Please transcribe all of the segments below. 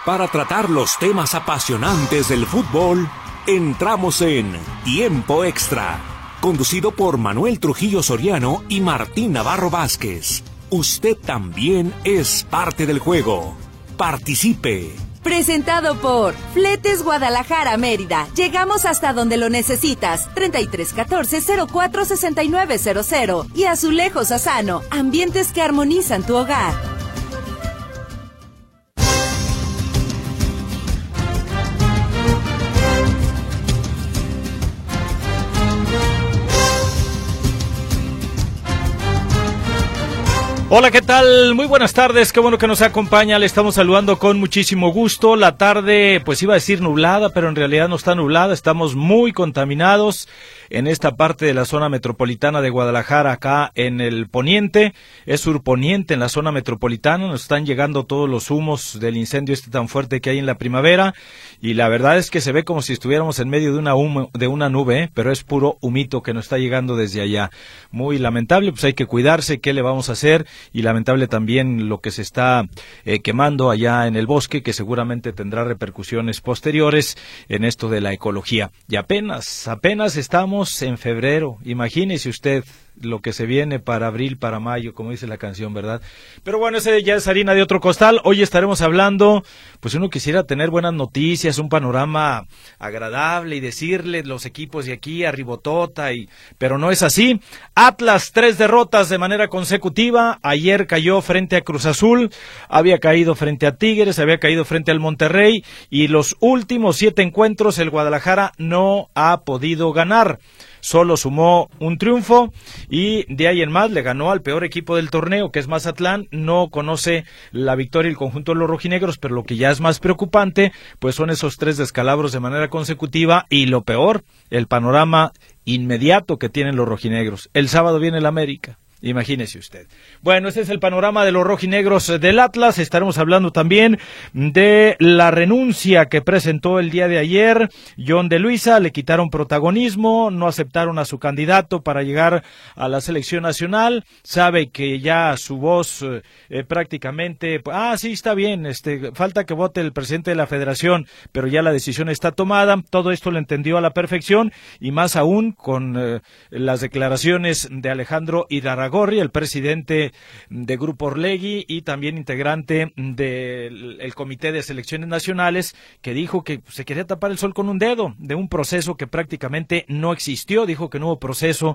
Para tratar los temas apasionantes del fútbol, entramos en Tiempo Extra, conducido por Manuel Trujillo Soriano y Martín Navarro Vázquez. Usted también es parte del juego. Participe. Presentado por Fletes Guadalajara Mérida. Llegamos hasta donde lo necesitas. 3314-046900. Y Azulejos Asano. Ambientes que armonizan tu hogar. Hola, ¿qué tal? Muy buenas tardes, qué bueno que nos acompaña, le estamos saludando con muchísimo gusto. La tarde, pues iba a decir nublada, pero en realidad no está nublada, estamos muy contaminados en esta parte de la zona metropolitana de Guadalajara, acá en el poniente, es surponiente en la zona metropolitana, nos están llegando todos los humos del incendio tan fuerte que hay en la primavera, y la verdad es que se ve como si estuviéramos en medio de una nube, pero es puro humito que nos está llegando desde allá. Muy lamentable, pues hay que cuidarse, ¿qué le vamos a hacer? Y lamentable también lo que se está quemando allá en el bosque, que seguramente tendrá repercusiones posteriores en esto de la ecología. Y apenas estamos en febrero, imagínese usted lo que se viene para abril, para mayo, como dice la canción, ¿verdad? Pero bueno, ese ya es harina de otro costal. Hoy estaremos hablando, pues uno quisiera tener buenas noticias, un panorama agradable y decirle los equipos de aquí arribotota, pero no es así. Atlas, 3 derrotas de manera consecutiva. Ayer cayó frente a Cruz Azul, había caído frente a Tigres, había caído frente al Monterrey, y los últimos 7 encuentros el Guadalajara no ha podido ganar. Solo sumó un triunfo y de ahí en más le ganó al peor equipo del torneo, que es Mazatlán. No conoce la victoria el conjunto de los rojinegros, pero lo que ya es más preocupante, pues son esos 3 descalabros de manera consecutiva, y lo peor, el panorama inmediato que tienen los rojinegros. El sábado viene el América. Imagínese usted. Bueno, este es el panorama de los rojinegros del Atlas. Estaremos hablando también de la renuncia que presentó el día de ayer John de Luisa. Le quitaron protagonismo, no aceptaron a su candidato para llegar a la selección nacional. Sabe que ya su voz prácticamente, sí, está bien, falta que vote el presidente de la federación, pero ya la decisión está tomada. Todo esto lo entendió a la perfección, y más aún con las declaraciones de Alejandro Irarrágorri, el presidente de Grupo Orlegui y también integrante del Comité de Selecciones Nacionales, que dijo que se quería tapar el sol con un dedo de un proceso que prácticamente no existió. Dijo que no hubo proceso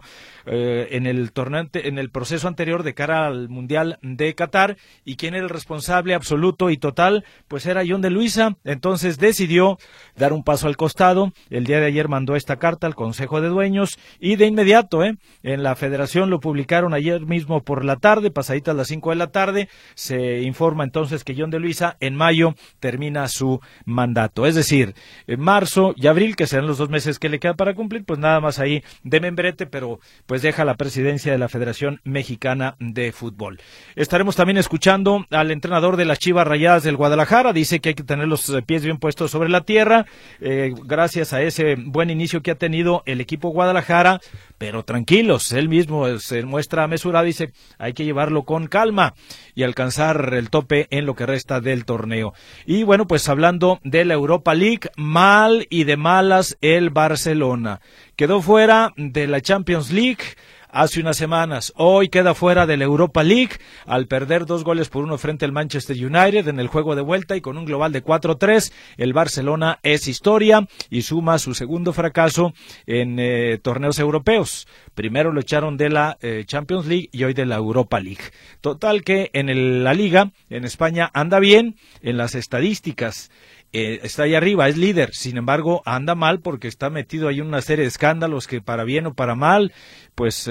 en el proceso anterior de cara al Mundial de Qatar, y quien era el responsable absoluto y total, pues era John de Luisa. Entonces decidió dar un paso al costado. El día de ayer mandó esta carta al Consejo de Dueños, y de inmediato en la federación lo publicaron ayer mismo por la tarde, pasaditas las 5 de la tarde, se informa entonces que John de Luisa en mayo termina su mandato, es decir, en marzo y abril, que serán los 2 meses que le queda para cumplir, pues nada más ahí de membrete, pero pues deja la presidencia de la Federación Mexicana de Fútbol. Estaremos también escuchando al entrenador de las Chivas Rayadas del Guadalajara. Dice que hay que tener los pies bien puestos sobre la tierra, gracias a ese buen inicio que ha tenido el equipo Guadalajara, pero tranquilos, él mismo se muestra mesurado, dice, hay que llevarlo con calma y alcanzar el tope en lo que resta del torneo. Y bueno, pues hablando de la Europa League, mal y de malas el Barcelona. Quedó fuera de la Champions League hace unas semanas. Hoy queda fuera de la Europa League al perder 2-1 frente al Manchester United en el juego de vuelta, y con un global de 4-3, el Barcelona es historia y suma su segundo fracaso en torneos europeos. Primero lo echaron de la Champions League y hoy de la Europa League. Total que en la Liga, en España, anda bien en las estadísticas. Está ahí arriba, es líder, sin embargo anda mal porque está metido ahí en una serie de escándalos que, para bien o para mal, pues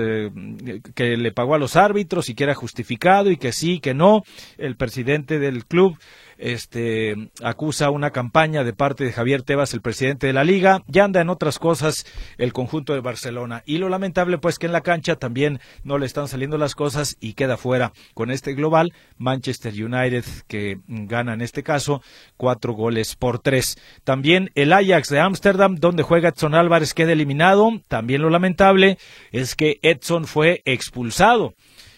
que le pagó a los árbitros y que era justificado y que sí, que no. El presidente del club acusa una campaña de parte de Javier Tebas, el presidente de la liga. Ya anda en otras cosas el conjunto de Barcelona, y lo lamentable pues que en la cancha también no le están saliendo las cosas y queda fuera con este global. Manchester United, que gana en este caso 4-3. También el Ajax de Ámsterdam, donde juega Edson Álvarez, queda eliminado. También lo lamentable es que Edson fue expulsado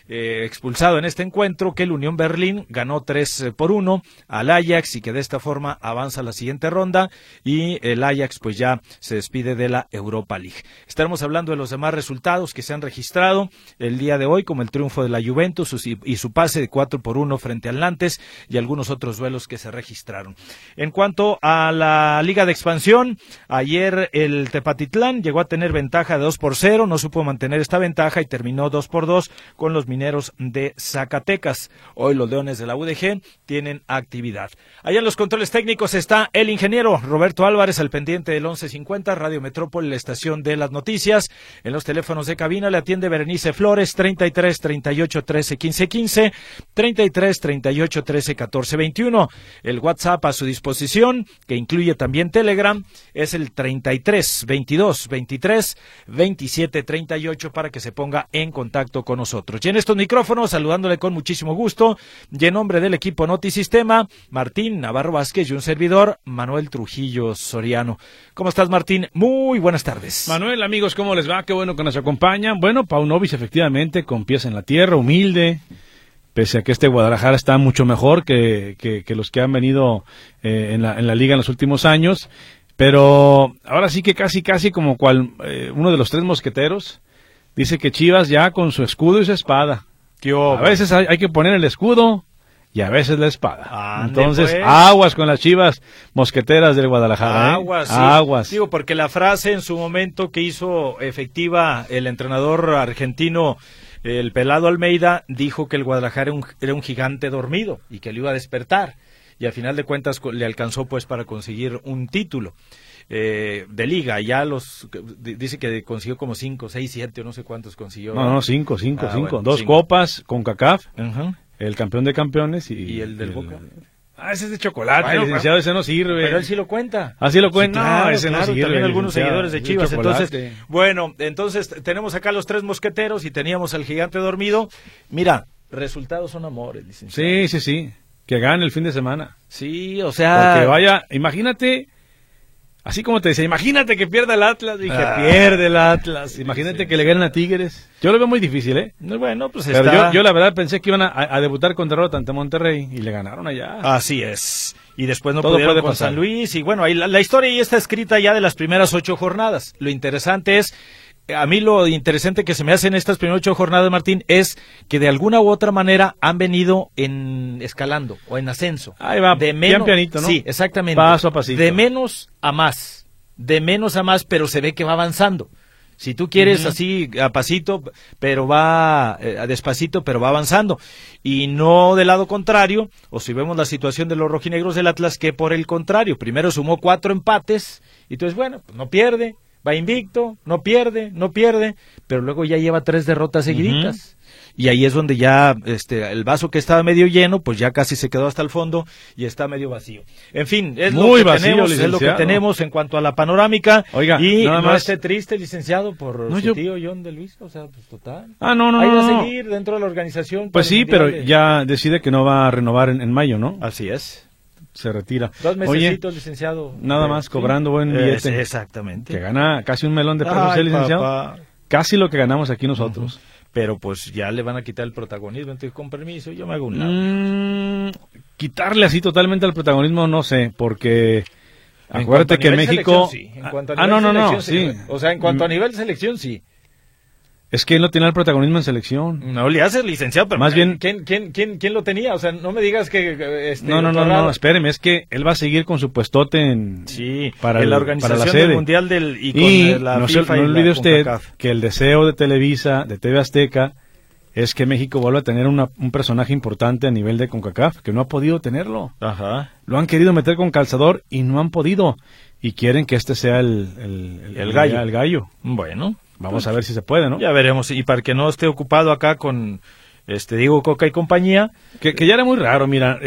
expulsado en este encuentro, que el Unión Berlín ganó 3-1 al Ajax y que de esta forma avanza a la siguiente ronda y el Ajax pues ya se despide de la Europa League. Estaremos hablando de los demás resultados que se han registrado el día de hoy, como el triunfo de la Juventus y su pase de 4-1 frente al Nantes y algunos otros duelos que se registraron. En cuanto a la Liga de Expansión, ayer el Tepatitlán llegó a tener ventaja de 2-0, no supo mantener esta ventaja y terminó 2-2 con los Mineros de Zacatecas. Hoy los Leones de la UDG tienen actividad. Allá en los controles técnicos está el ingeniero Roberto Álvarez, al pendiente del 1150, Radio Metrópoli, la estación de las noticias. En los teléfonos de cabina le atiende Berenice Flores, 33 38 13 15 15, 33 38 13 14 21. El WhatsApp a su disposición, que incluye también Telegram, es el 33 22 23 27 38 para que se ponga en contacto con nosotros. Y en estos micrófonos, saludándole con muchísimo gusto, y en nombre del equipo Notisistema, Martín Navarro Vázquez y un servidor, Manuel Trujillo Soriano. ¿Cómo estás, Martín? Muy buenas tardes. Manuel, amigos, ¿cómo les va? Qué bueno que nos acompañan. Bueno, Paunovic efectivamente con pies en la tierra, humilde, pese a que este Guadalajara está mucho mejor que los que han venido en la liga en los últimos años, pero ahora sí que casi como uno de los tres mosqueteros dice que Chivas ya con su escudo y su espada. A veces hay que poner el escudo y a veces la espada. Entonces, pues, aguas con las Chivas mosqueteras del Guadalajara. Aguas, sí. Aguas. Digo, porque la frase en su momento que hizo efectiva el entrenador argentino, el Pelado Almeida, dijo que el Guadalajara era un gigante dormido y que lo iba a despertar. Y al final de cuentas le alcanzó pues para conseguir un título de liga. Ya dice que consiguió como 5, 6, 7 o no sé cuántos consiguió. No, 5. Bueno, 2 cinco. copas con CACAF, Uh-huh. El campeón de campeones y el del Boca. Ese es de chocolate, Bueno, licenciado, ese no sirve. Pero él sí lo cuenta. ¿Así lo cuenta? Sí, claro, no, ese no sirve. También algunos seguidores de Chivas. Chocolate. Entonces tenemos acá los tres mosqueteros y teníamos al gigante dormido. Mira, resultados son amores, licenciado. Sí. Que gane el fin de semana. Sí, o sea... Porque vaya, imagínate, así como te decía, imagínate que pierda el Atlas, y que pierde el Atlas. Imagínate que le ganen a Tigres. Yo lo veo muy difícil, ¿eh? Bueno, pues pero yo la verdad pensé que iban a debutar con derrota ante Monterrey y le ganaron allá. Así es. Y después no Todo pudieron puede con pasar. San Luis. Y bueno, ahí la historia ya está escrita ya de las primeras 8 jornadas. Lo interesante es... A mí lo interesante que se me hace en estas primeras 8 jornadas, Martín, es que de alguna u otra manera han venido escalando o en ascenso. Ahí va, de bien pianito, ¿no? Sí, exactamente. Paso a pasito. De menos a más, pero se ve que va avanzando. Si tú quieres así a pasito, pero va despacito, pero va avanzando. Y no del lado contrario, o si vemos la situación de los rojinegros del Atlas, que por el contrario, primero sumó 4 empates, y entonces bueno, pues no pierde. Va invicto, no pierde, pero luego ya lleva 3 derrotas seguiditas. Y ahí es donde ya el vaso que estaba medio lleno, pues ya casi se quedó hasta el fondo y está medio vacío. En fin, es lo que tenemos en cuanto a la panorámica. Oiga, y nada no más... esté triste, licenciado, por su tío John de Luis, o sea, pues total. No. Hay que seguir dentro de la organización. Pues sí, pero ya decide que no va a renovar en mayo, ¿no? Así es. Se retira. 2 mesecitos, licenciado. Nada más cobrando buen billete. Exactamente. Que gana casi un melón de pesos, licenciado. Papá. Casi lo que ganamos aquí nosotros. Pero pues ya le van a quitar el protagonismo, entonces con permiso, yo me hago un lado. Quitarle así totalmente el protagonismo, no sé, porque acuérdate que México... Sí. En cuanto a nivel selección, sí. O sea, en cuanto a nivel de selección, sí. Es que él no tiene el protagonismo en selección. No le haces, licenciado, pero más bien ¿quién lo tenía? O sea, no me digas que No, espéreme, es que él va a seguir con su puestote en la organización del Mundial con la FIFA no olvide usted CONCACAF. Que el deseo de Televisa, de TV Azteca, es que México vuelva a tener un personaje importante a nivel de CONCACAF, que no ha podido tenerlo. Ajá. Lo han querido meter con calzador y no han podido, y quieren que este sea el gallo. Bueno, vamos a ver si se puede, ¿no? Ya veremos, y para que no esté ocupado acá con Diego Coca y compañía. Que ya era muy raro, mira,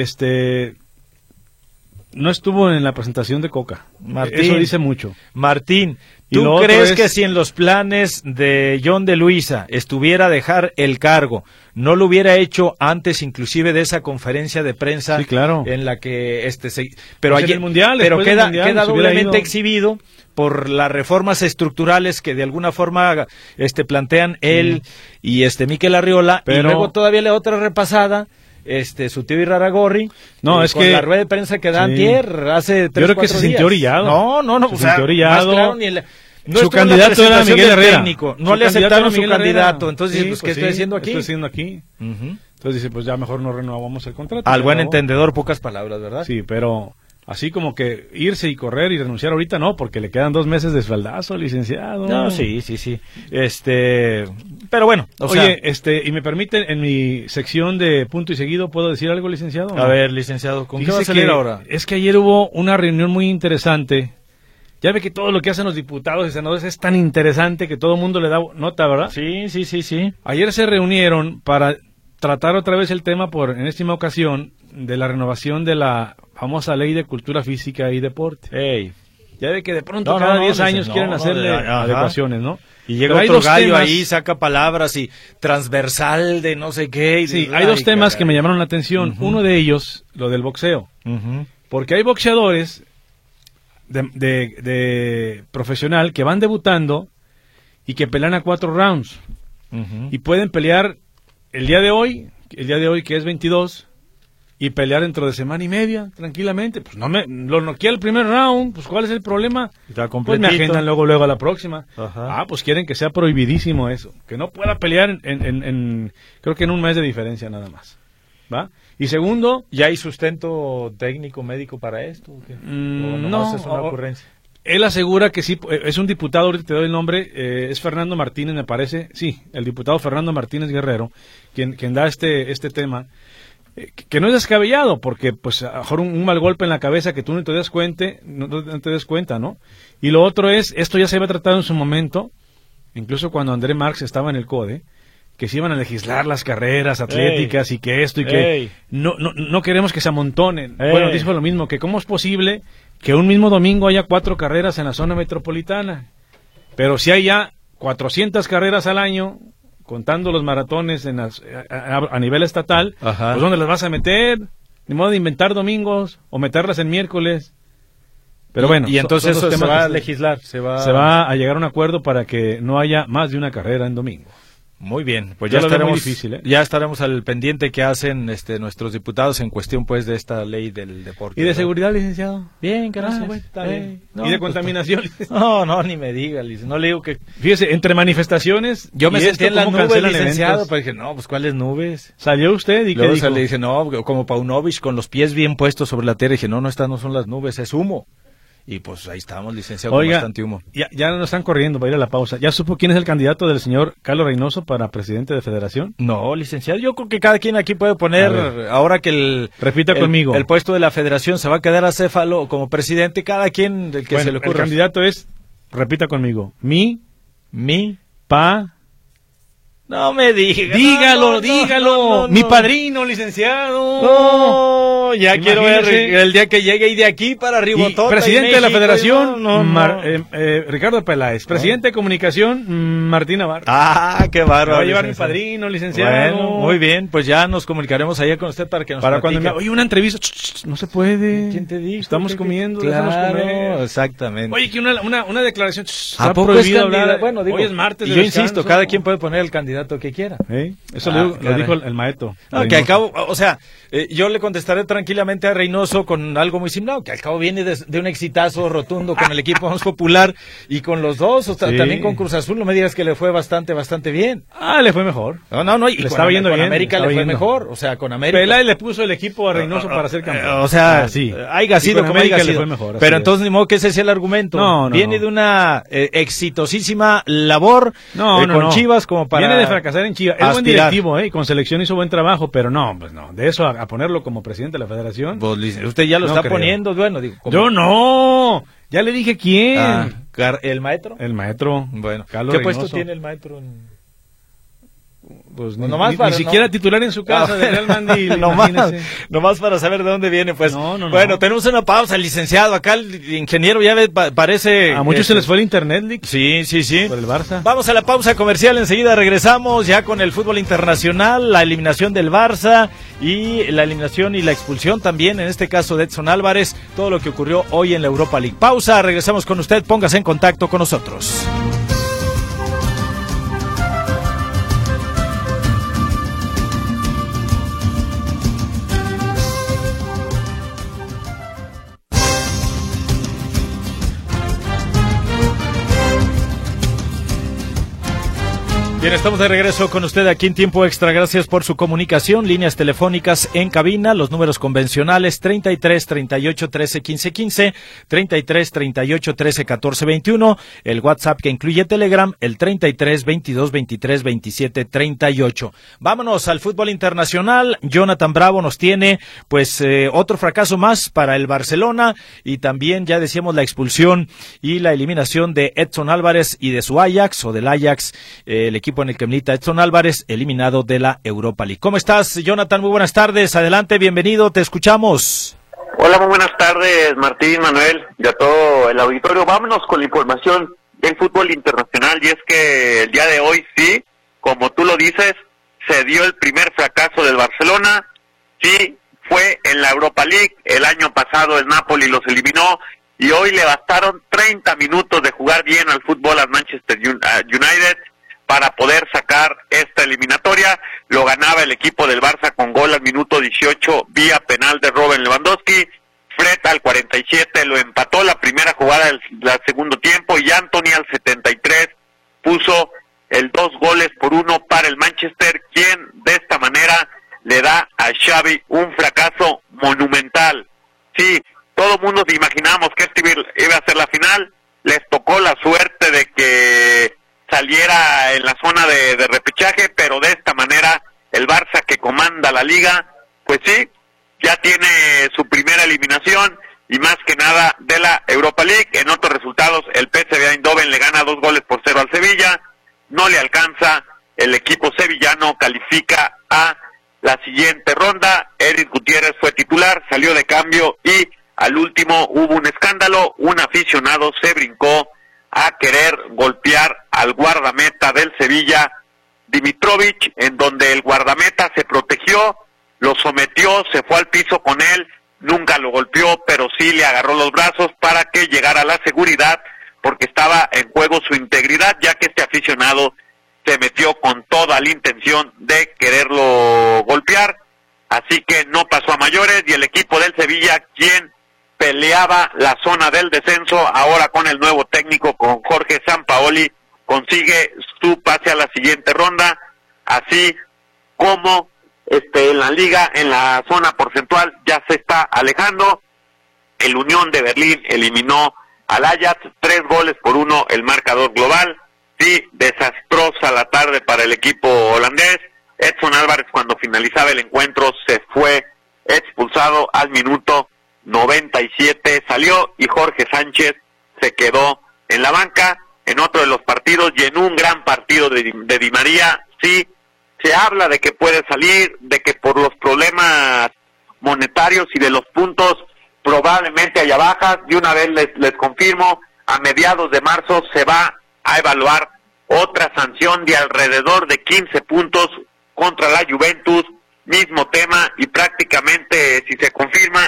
no estuvo en la presentación de Coca. Martín, eso dice mucho. Martín, ¿tú crees que si en los planes de John de Luisa estuviera dejar el cargo, no lo hubiera hecho antes inclusive de esa conferencia de prensa? Sí, claro. En la que pero pues ayer el mundial, pero queda mundial, doblemente exhibido por las reformas estructurales que de alguna forma plantean él y Mikel Arriola, pero... y luego todavía le otra repasada su tío Irarrágorri, no, es con que la rueda de prensa que da antier hace 3 yo creo que 4 se días. sintió orillado. No, se sintió orillado. Más claro, ni el... No su candidato era Miguel Herrera. Técnico, no le aceptaron su candidato. Entonces, sí, ¿qué estoy haciendo aquí? Estoy haciendo aquí. Entonces dice, pues ya mejor no renovamos el contrato. Al buen entendedor, pocas palabras, ¿verdad? Sí, pero así como que irse y correr y renunciar ahorita no, porque le quedan 2 meses de sueldazo, licenciado. No, sí. Pero bueno, oye, y me permite, en mi sección de punto y seguido, ¿puedo decir algo, licenciado? A ver, licenciado, ¿con qué va a salir ahora? Es que ayer hubo una reunión muy interesante. Ya ve que todo lo que hacen los diputados y senadores es tan interesante que todo el mundo le da nota, ¿verdad? Sí. Ayer se reunieron para tratar otra vez el tema, en esta misma ocasión, de la renovación de la famosa Ley de Cultura Física y Deporte. Ey. Ya ve que de pronto cada 10 años quieren hacerle adecuaciones, ¿no? Y llega otro gallo ahí, saca palabras y transversal de no sé qué. Sí, hay 2 temas que me llamaron la atención. Uno de ellos, lo del boxeo. Porque hay boxeadores de profesional que van debutando y que pelean a 4 rounds. Y pueden pelear el día de hoy que es 22, y pelear dentro de semana y media, tranquilamente. Pues lo noquea el primer round, pues ¿cuál es el problema? Pues me agendan luego a la próxima. Pues quieren que sea prohibidísimo eso, que no pueda pelear creo que en un mes de diferencia nada más, ¿va? Y segundo, ¿ya hay sustento técnico médico para esto? ¿O qué? No, es una ocurrencia. Él asegura que sí, es un diputado, ahorita te doy el nombre, es Fernando Martínez, me parece, sí, el diputado Fernando Martínez Guerrero, quien da este tema, que no es descabellado, porque pues a lo mejor un mal golpe en la cabeza que tú no te des cuenta, ¿no? Y lo otro es, esto ya se había tratado en su momento, incluso cuando André Marx estaba en el CODE, que se iban a legislar las carreras atléticas y que esto y que no queremos que se amontonen. Bueno, dijo lo mismo, que cómo es posible que un mismo domingo haya 4 carreras en la zona metropolitana, pero si hay ya 400 carreras al año, contando los maratones a nivel estatal, pues ¿dónde las vas a meter? Ni modo de inventar domingos o meterlas en miércoles. Pero bueno, y entonces eso se va a legislar, se va a llegar a un acuerdo para que no haya más de una carrera en domingo. Muy bien, pues ya estaremos, muy difícil, ¿eh? Ya estaremos al pendiente que hacen nuestros diputados en cuestión pues de esta ley del deporte. ¿Y de seguridad, licenciado? Bien, gracias. Bueno, está bien. No, ¿y de contaminación? No, ni me diga, no le digo que... Fíjese, entre manifestaciones... Yo me sentí en las nubes, licenciado, pero dije, no, pues ¿cuáles nubes? ¿Salió usted y luego qué dijo? Le dije, no, como Paunovic con los pies bien puestos sobre la tierra, y dije, no, estas no son las nubes, es humo. Y pues ahí estamos, licenciado, con bastante humo. Ya nos están corriendo para ir a la pausa. ¿Ya supo quién es el candidato del señor Carlos Reynoso para presidente de Federación? No, licenciado, yo creo que cada quien aquí puede poner, ahora que repita conmigo, el puesto de la Federación se va a quedar a Céfalo como presidente, cada quien el que se le ocurra. El candidato es, repita conmigo, mi, No me diga. Dígalo. No. Mi padrino, licenciado. No, ya quiero ver el día que llegue y de aquí para Ribotota. Presidente de la Federación, Ricardo Peláez. Presidente de Comunicación, Martín Navarro. Qué bárbaro. Va a llevar mi padrino, licenciado. Bueno, muy bien, pues ya nos comunicaremos allá con usted para que nos platique. Oye, una entrevista, no se puede. ¿Quién te dijo? Estamos comiendo, claro, comer. Exactamente. Oye, que una declaración, ¿a poco prohibido hablar? Bueno, digo, hoy es martes. Y yo insisto, cada quien puede poner el candidato que quiera. Eso lo dijo el maestro. No, que al cabo, o sea, yo le contestaré tranquilamente a Reynoso con algo muy similar, que al cabo viene de un exitazo rotundo con el equipo más popular y con los dos, o sea, también con Cruz Azul, no me digas que le fue bastante bien. Le fue mejor. No, y le estaba yendo bien. América le fue mejor, o sea, con América. Peláez le puso el equipo a Reynoso para ser campeón. O sea, haya sido como haya sido. Mejor, pero entonces ni modo que ese sea el argumento. No, viene de una exitosísima labor con Chivas como para... Viene de fracasar en Chivas. Es buen directivo, y con selección hizo buen trabajo, pero no, de eso a ponerlo como presidente de la Federación. Pues, usted ya lo está poniendo, bueno, digo. Yo no, ya le dije quién. ¿El maestro? El maestro. Bueno, Carlos ¿qué Reynoso. puesto tiene el maestro? Pues ni siquiera titular en su casa de Real Madrid. nomás para saber de dónde viene, pues. Bueno, tenemos una pausa, licenciado. Acá el ingeniero ya parece... A muchos se les fue el internet, Lick. Sí. Por el Barça. Vamos a la pausa comercial, enseguida regresamos ya con el fútbol internacional, la eliminación del Barça y la eliminación y la expulsión también, en este caso de Edson Álvarez, todo lo que ocurrió hoy en la Europa League. Pausa, regresamos con usted, póngase en contacto con nosotros. Bien, estamos de regreso con usted aquí en Tiempo Extra. Gracias por su comunicación. Líneas telefónicas en cabina, los números convencionales 33 38 13 15 15, 33 38 13 14 21, el WhatsApp que incluye Telegram, el 33 22 23 27 38. Vámonos al fútbol internacional. Jonathan Bravo nos tiene pues otro fracaso más para el Barcelona y también ya decíamos la expulsión y la eliminación de Edson Álvarez y de su Ajax o del Ajax, el equipo en el que milita Edson Álvarez, eliminado de la Europa League. ¿Cómo estás, Jonathan? Muy buenas tardes. Adelante, bienvenido, te escuchamos. Hola, muy buenas tardes, Martín, Manuel, y a todo el auditorio. Vámonos con la información del fútbol internacional, y es que el día de hoy, sí, como tú lo dices, se dio el primer fracaso del Barcelona. Sí, fue en la Europa League. El año pasado el Napoli los eliminó, y hoy le bastaron 30 minutos de jugar bien al fútbol al Manchester United para poder sacar esta eliminatoria. Lo ganaba el equipo del Barça con gol al minuto 18 vía penal de Robert Lewandowski. Fred al 47 lo empató la primera jugada del segundo tiempo, y Antony al 73 puso el 2-1 para el Manchester, quien de esta manera le da a Xavi un fracaso monumental. Sí, todo el mundo imaginábamos que este iba a ser la final. Les tocó la suerte de que saliera en la zona de repechaje, pero de esta manera el Barça, que comanda la liga, pues sí, ya tiene su primera eliminación, y más que nada de la Europa League. En otros resultados, el PSV Eindhoven le gana 2-0 al Sevilla, no le alcanza, el equipo sevillano califica a la siguiente ronda. Eric Gutiérrez fue titular, salió de cambio, y al último hubo un escándalo, un aficionado se brincó a querer golpear al guardameta del Sevilla, Dimitrovic, en donde el guardameta se protegió, lo sometió, se fue al piso con él, nunca lo golpeó, pero sí le agarró los brazos para que llegara a la seguridad, porque estaba en juego su integridad, ya que este aficionado se metió con toda la intención de quererlo golpear. Así que no pasó a mayores, y el equipo del Sevilla, quien peleaba la zona del descenso, ahora con el nuevo técnico, con Jorge Sampaoli, consigue su pase a la siguiente ronda, así como en la liga, en la zona porcentual, ya se está alejando. El Unión de Berlín eliminó al Ajax, 3-1 el marcador global. Sí, desastrosa la tarde para el equipo holandés. Edson Álvarez, cuando finalizaba el encuentro, se fue expulsado al minuto 97, salió, y Jorge Sánchez se quedó en la banca en otro de los partidos, y en un gran partido de Di María. Sí, se habla de que puede salir, de que por los problemas monetarios y de los puntos probablemente haya bajas. De una vez les confirmo, a mediados de marzo se va a evaluar otra sanción de alrededor de 15 puntos contra la Juventus, mismo tema, y prácticamente, si se confirma,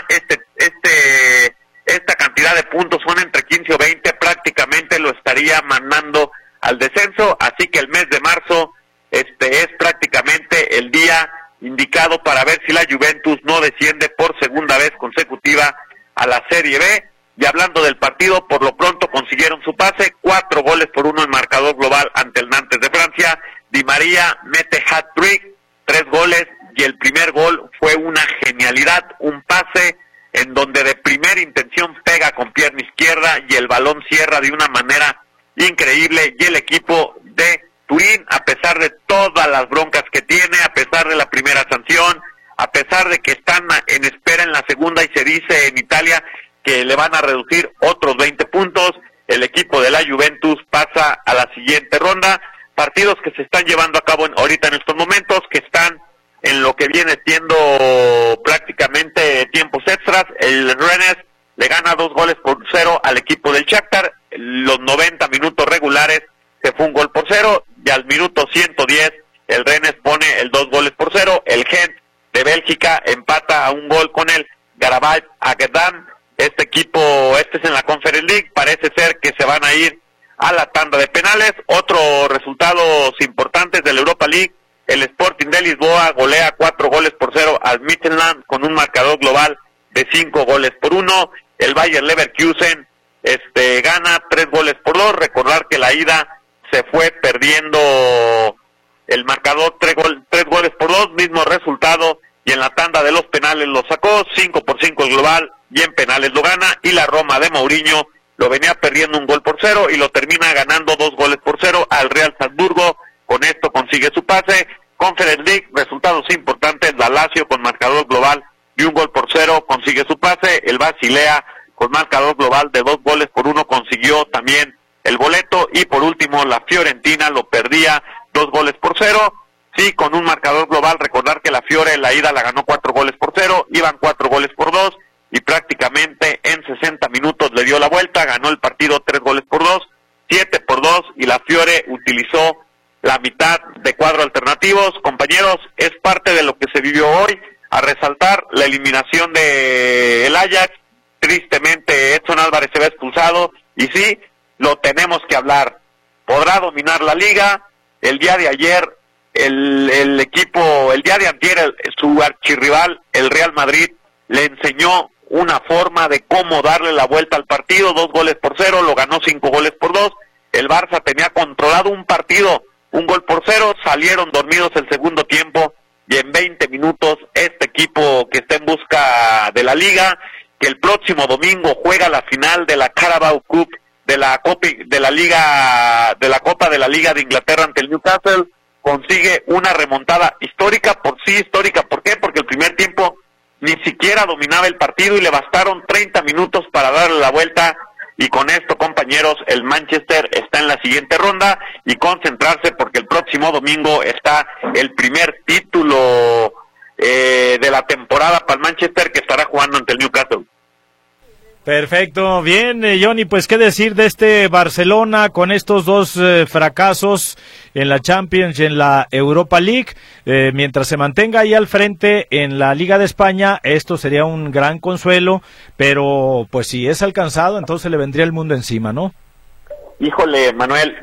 esta cantidad de puntos son entre 15 o 20, prácticamente lo estaría mandando al descenso. Así que el mes de marzo es prácticamente el día indicado para ver si la Juventus no desciende por segunda vez consecutiva a la Serie B. Y hablando del partido, por lo pronto consiguieron su pase, 4-1 en marcador global ante el Nantes de Francia. Di María mete hat-trick, 3 goles, y el primer gol fue una genialidad, un pase en donde de primera intención pega con pierna izquierda y el balón cierra de una manera increíble, y el equipo de Turín, a pesar de todas las broncas que tiene, a pesar de la primera sanción, a pesar de que están en espera en la segunda y se dice en Italia que le van a reducir otros 20 puntos, el equipo de la Juventus pasa a la siguiente ronda. partidos que se están llevando a cabo ahorita en estos momentos, que están en lo que viene siendo prácticamente tiempos extras. El Rennes le gana 2-0 al equipo del Shakhtar. Los 90 minutos regulares se fue 1-0, y al minuto 110 el Rennes pone el 2-0. El Gent de Bélgica empata a 1 gol con el Qarabağ Agedam. Este es en la Conference League, parece ser que se van a ir a la tanda de penales. Otros resultados importantes de la Europa League: el Sporting de Lisboa golea 4-0 al Midtjylland con un marcador global de 5-1. El Bayer Leverkusen gana 3-2. Recordar que la ida se fue perdiendo el marcador 3-2, mismo resultado, y en la tanda de los penales lo sacó 5-5 el global, y en penales lo gana. Y la Roma de Mourinho lo venía perdiendo 1-0 y lo termina ganando 2-0 al Real Salzburgo. Con esto consigue su pase. Conference League, resultados importantes: la Lazio con marcador global de 1-0 consigue su pase. El Basilea con marcador global de 2-1 consiguió también el boleto. Y por último, la Fiorentina lo perdía 2-0. Sí, con un marcador global. Recordar que la Fiore en la ida la ganó 4-0, iban 4-2, y prácticamente en 60 minutos le dio la vuelta, ganó el partido 3-2, 7-2, y la Fiore utilizó la mitad de cuadro alternativos. Compañeros, es parte de lo que se vivió hoy. A resaltar la eliminación de el Ajax. Tristemente Edson Álvarez se ve expulsado, y sí, lo tenemos que hablar. Podrá dominar la liga. El día de ayer, el día de antier, su archirrival, el Real Madrid, le enseñó una forma de cómo darle la vuelta al partido. 2-0, lo ganó 5-2. El Barça tenía controlado un partido, 1-0, salieron dormidos el segundo tiempo, y en 20 minutos este equipo que está en busca de la liga, que el próximo domingo juega la final de la Carabao Cup, de la Copa de la Liga de Inglaterra ante el Newcastle, consigue una remontada histórica. ¿Por qué? Porque el primer tiempo ni siquiera dominaba el partido y le bastaron 30 minutos para darle la vuelta. Y con esto, compañeros, el Manchester está en la siguiente ronda, y concentrarse porque el próximo domingo está el primer título de la temporada para el Manchester, que estará jugando ante el Newcastle. Perfecto, bien, Johnny, pues qué decir de este Barcelona con estos dos fracasos en la Champions y en la Europa League. Mientras se mantenga ahí al frente en la Liga de España, esto sería un gran consuelo, pero pues si es alcanzado, entonces le vendría el mundo encima, ¿no? Híjole, Manuel,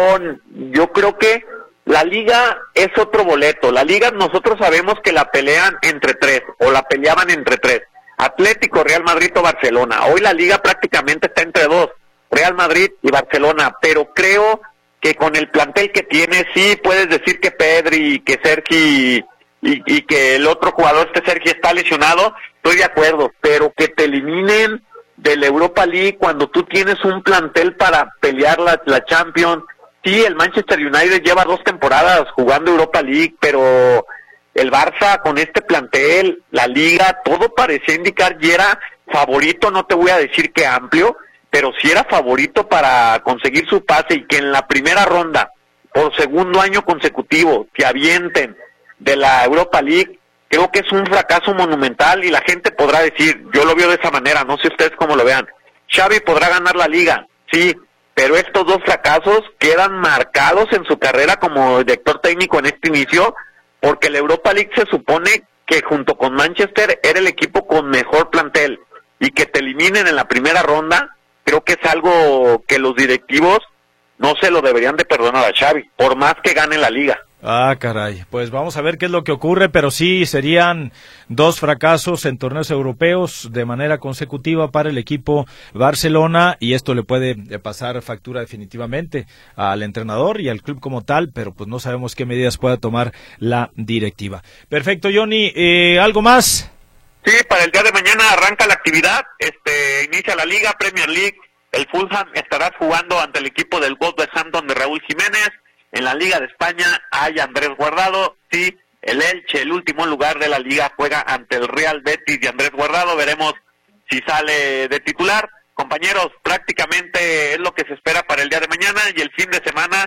yo creo que la Liga es otro boleto. La Liga nosotros sabemos que la pelean entre tres, o la peleaban entre tres: Atlético, Real Madrid o Barcelona. Hoy la Liga prácticamente está entre dos, Real Madrid y Barcelona, pero creo que con el plantel que tiene, sí puedes decir que Pedri, que Sergi y que el otro jugador, Sergi, está lesionado, estoy de acuerdo, pero que te eliminen de la Europa League cuando tú tienes un plantel para pelear la Champions. Sí, el Manchester United lleva 2 temporadas jugando Europa League, pero el Barça con este plantel, la Liga, todo parecía indicar y era favorito. No te voy a decir que amplio, pero sí era favorito para conseguir su pase, y que en la primera ronda, por segundo año consecutivo, te avienten de la Europa League, creo que es un fracaso monumental. Y la gente podrá decir, yo lo veo de esa manera, no sé ustedes cómo lo vean: Xavi podrá ganar la Liga, sí, pero estos 2 fracasos quedan marcados en su carrera como director técnico en este inicio, porque la Europa League se supone que junto con Manchester era el equipo con mejor plantel, y que te eliminen en la primera ronda, creo que es algo que los directivos no se lo deberían de perdonar a Xavi, por más que gane la Liga. Ah, caray, pues vamos a ver qué es lo que ocurre, pero sí serían 2 fracasos en torneos europeos de manera consecutiva para el equipo Barcelona, y esto le puede pasar factura definitivamente al entrenador y al club como tal, pero pues no sabemos qué medidas pueda tomar la directiva. Perfecto, Johnny, ¿algo más? Sí, para el día de mañana arranca la actividad, inicia la Liga Premier League. El Fulham estará jugando ante el equipo del Wolverhampton de Raúl Jiménez. En la Liga de España hay Andrés Guardado. Sí, el Elche, el último lugar de la Liga, juega ante el Real Betis de Andrés Guardado. Veremos si sale de titular. Compañeros, prácticamente es lo que se espera para el día de mañana, y el fin de semana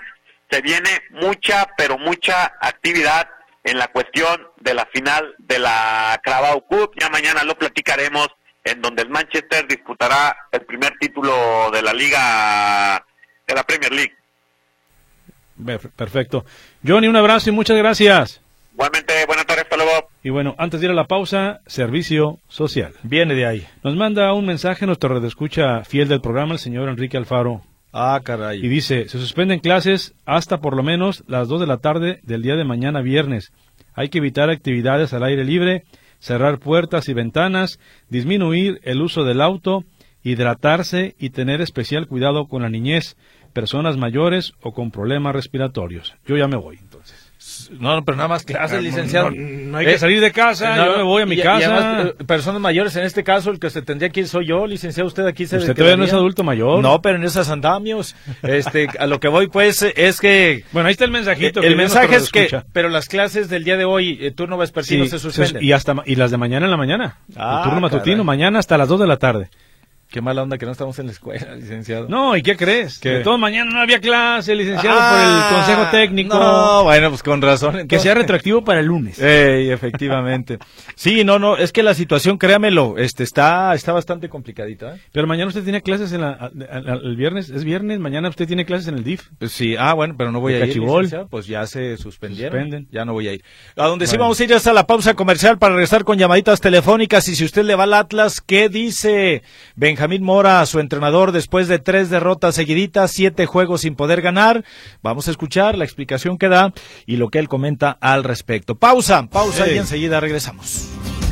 se viene mucha, pero mucha actividad en la cuestión de la final de la Carabao Cup. Ya mañana lo platicaremos, en donde el Manchester disputará el primer título de la Liga, de la Premier League. Perfecto. Johnny, un abrazo y muchas gracias. Igualmente, buenas tardes, hasta luego. Y bueno, antes de ir a la pausa, servicio social. Viene de ahí. Nos manda un mensaje nuestro redescucha fiel del programa, el señor Enrique Alfaro. Ah, caray. Y dice, se suspenden clases hasta por lo menos las 2 de la tarde del día de mañana viernes. Hay que evitar actividades al aire libre, cerrar puertas y ventanas, disminuir el uso del auto, hidratarse y tener especial cuidado con la niñez, personas mayores o con problemas respiratorios. Yo ya me voy, entonces. No, pero nada más clases, licenciado. No hay que salir de casa, yo me voy a mi casa. Y además, personas mayores, en este caso, el que se tendría que ir soy yo, licenciado, usted aquí se Usted todavía no es adulto mayor. No, pero en esos andamios, a lo que voy, pues, es que... Bueno, ahí está el mensajito. El mensaje es que, pero las clases del día de hoy, turno vespertino, sí, se suspenden. Y las de mañana en la mañana. Ah, el turno matutino, caray. Mañana hasta las 2 de la tarde. Qué mala onda que no estamos en la escuela, licenciado. No, ¿y qué crees? ¿Qué? Que todo mañana no había clase, licenciado, por el consejo técnico. No, bueno, pues con razón. Entonces... Que sea retroactivo para el lunes. Efectivamente. Sí, no, es que la situación, créamelo, está bastante complicadita. Pero mañana usted tiene clases el viernes, es viernes, mañana usted tiene clases en el DIF. Pues sí, bueno, pero no voy a ir, licenciado, pues ya se suspendieron. Ya no voy a ir. A donde sí vamos a ir es a la pausa comercial para regresar con llamaditas telefónicas. Y si usted le va al Atlas, ¿qué dice Benjamín Mora, su entrenador, después de 3 derrotas seguiditas, 7 juegos sin poder ganar? Vamos a escuchar la explicación que da y lo que él comenta al respecto. Pausa y enseguida regresamos.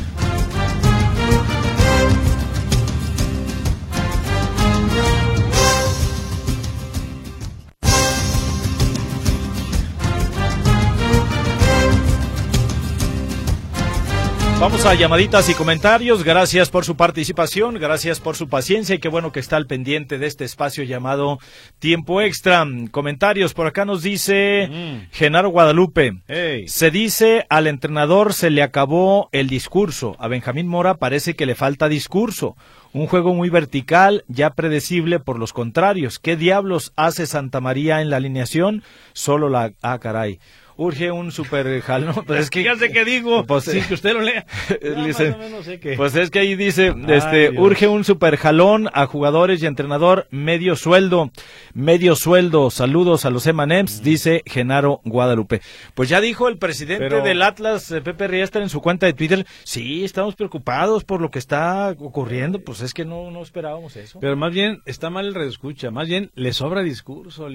Vamos a llamaditas y comentarios. Gracias por su participación, gracias por su paciencia y qué bueno que está al pendiente de este espacio llamado Tiempo Extra. Comentarios, por acá nos dice Genaro Guadalupe. Se dice al entrenador se le acabó el discurso. A Benjamín Mora parece que le falta discurso. Un juego muy vertical, ya predecible por los contrarios. ¿Qué diablos hace Santa María en la alineación? Solo la... caray. Urge un super jalón, pues es que ya sé qué digo, pues, sin que usted lo lea. Más o menos sé que... Pues es que ahí dice, urge un super jalón a jugadores y entrenador, medio sueldo, saludos a los M&M's, dice Genaro Guadalupe. Pues ya dijo el presidente del Atlas, Pepe Riestra, en su cuenta de Twitter, sí, estamos preocupados por lo que está ocurriendo, pues es que no esperábamos eso. Pero más bien, está mal el redescucha, más bien le sobra discurso,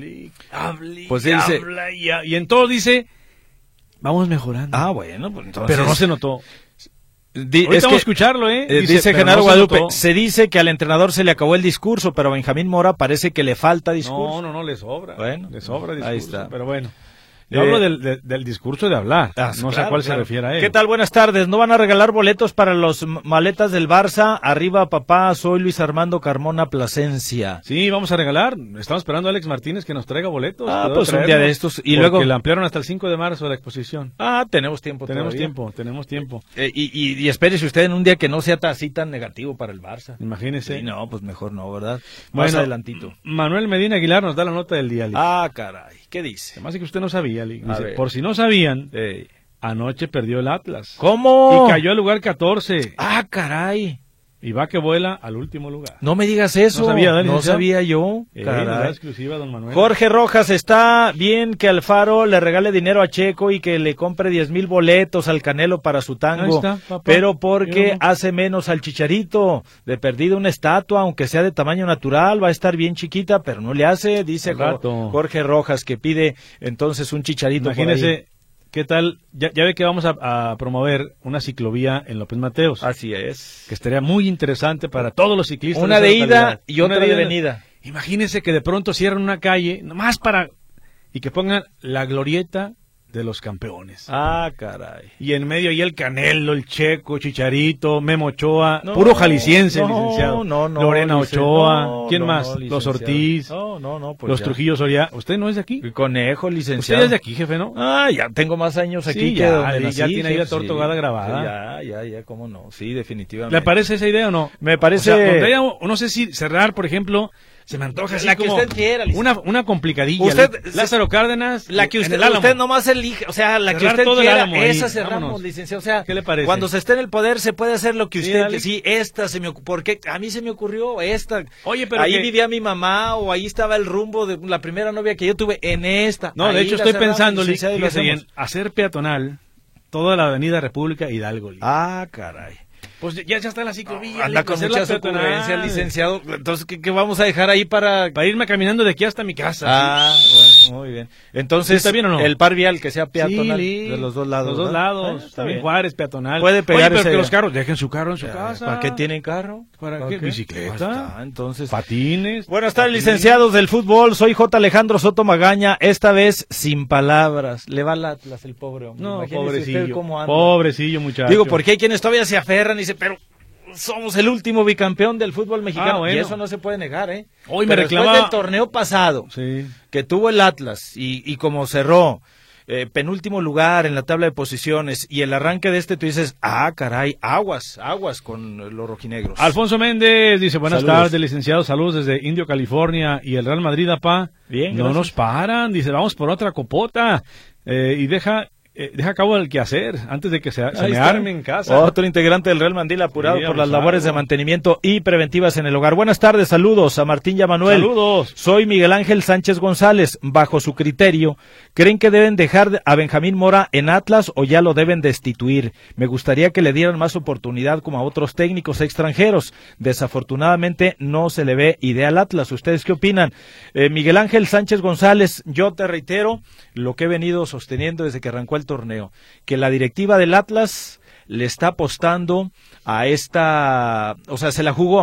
pues dice, habla y en todo dice... Vamos mejorando. Bueno, pues entonces... Pero no se notó. Ahorita vamos a escucharlo, Dice Genaro Guadalupe, se dice que al entrenador se le acabó el discurso, pero a Benjamín Mora parece que le falta discurso. No, le sobra. Bueno, le sobra discurso. Ahí está. Pero bueno. Yo hablo del discurso de hablar, no sé a cuál se refiere a él. ¿Qué tal? Buenas tardes. ¿No van a regalar boletos para los maletas del Barça? Arriba, papá, soy Luis Armando Carmona Plasencia. Sí, vamos a regalar. Estamos esperando a Alex Martínez que nos traiga boletos. Pues un día de estos. Y luego la ampliaron hasta el 5 de marzo la exposición. Tenemos tiempo Tenemos todavía. tiempo. Y espérese usted en un día que no sea así tan negativo para el Barça. Imagínese. Sí, no, pues mejor no, ¿verdad? Más adelantito. Manuel Medina Aguilar nos da la nota del día, Lee. Caray. ¿Qué dice? Además que usted no sabía, Lee. Dice, por si no sabían, anoche perdió el Atlas. ¿Cómo? Y cayó al lugar 14. Caray. Y va que vuela al último lugar. No me digas eso. No sabía yo. La exclusiva, don Manuel. Jorge Rojas, está bien que Alfaro le regale dinero a Checo y que le compre 10,000 boletos al Canelo para su tango. Ahí está, papá. Pero porque hace menos al Chicharito. De perdido una estatua, aunque sea de tamaño natural, va a estar bien chiquita, pero no le hace, dice Jorge Rojas, que pide entonces un Chicharito. Imagínese. ¿Qué tal? Ya ve que vamos a promover una ciclovía en López Mateos. Así es. Que estaría muy interesante para todos los ciclistas. Una de ida y otra de venida. Imagínense que de pronto cierran una calle, nomás y que pongan la glorieta de los campeones. Caray. Y en medio ahí el Canelo, el Checo, Chicharito, Memo Ochoa, puro jalisciense, licenciado. Lorena Ochoa, ¿quién más? Los Ortiz, pues los Trujillo Soria. ¿Usted no es de aquí? Conejo, licenciado. Usted es de aquí, jefe, ¿no? Ya tengo más años aquí que donde nací, ya tiene ahí la tortogada grabada. Ya, cómo no. Sí, definitivamente. ¿Le parece esa idea o no? Me parece... O sea, no sé si cerrar, por ejemplo, Se me antoja así la que como usted quiera, una complicadilla. Usted, Lázaro Cárdenas, la que usted nomás elige, o sea, la cerrar que usted todo quiera, el Álamo ahí, esa cerramos, vámonos. licenciado. O sea, ¿qué le parece? Cuando se esté en el poder se puede hacer lo que usted, dale. sí, esta se me ocurrió, porque a mí se me ocurrió esta. Oye, pero ahí que... vivía mi mamá, o ahí estaba el rumbo de la primera novia que yo tuve en esta. No, de ahí hecho la estoy cerramos, pensando, licenciado, y lo fíjese bien, hacemos. hacer peatonal toda la avenida República Hidalgo. Ah, caray. Pues ya está la ciclovía. Anda con muchas ocurrencias, licenciado. Entonces, ¿qué vamos a dejar ahí para irme caminando de aquí hasta mi casa? Ah, bueno, muy bien. Entonces, ¿está bien o no? El par vial que sea peatonal Sí, de los dos lados. Los dos ¿verdad? lados. Está También bien. Juárez, peatonal. Puede pegar pero ese- que los carros dejen su carro en su casa. ¿Para qué tienen carro? ¿Para qué? Bicicleta. Está, entonces. Patines. Buenas tardes, patines. licenciados del fútbol. Soy J. Alejandro Soto Magaña, esta vez sin palabras. Le va al Atlas el pobre hombre. No, Imagínese usted pobrecillo. cómo anda. Pobrecillo, muchacho. Digo, porque hay quienes todavía se aferran y dicen, pero somos el último bicampeón del fútbol mexicano. Bueno. Y eso no se puede negar, ¿eh? Hoy me Pero reclamaba- después del torneo pasado, Sí. que tuvo el Atlas y como cerró penúltimo lugar en la tabla de posiciones y el arranque de este, tú dices, ah, caray, aguas con los rojinegros. Alfonso Méndez dice, buenas Saludos. tardes, licenciado, saludos desde Indio, California, y el Real Madrid, apá, Bien, no gracias. nos paran, dice, vamos por otra copota, y deja a cabo el quehacer, antes de que se Ahí me está. arme en casa. Otro integrante del Real Mandil apurado Sí, por las abusado. labores de mantenimiento y preventivas en el hogar. Buenas tardes, saludos a Martín y a Manuel. Saludos. Soy Miguel Ángel Sánchez González. Bajo su criterio, ¿creen que deben dejar a Benjamín Mora en Atlas o ya lo deben destituir? Me gustaría que le dieran más oportunidad como a otros técnicos extranjeros. Desafortunadamente no se le ve idea al Atlas. ¿Ustedes qué opinan? Miguel Ángel Sánchez González, yo te reitero lo que he venido sosteniendo desde que arrancó el torneo, que la directiva del Atlas le está apostando a esta, o sea, se la jugó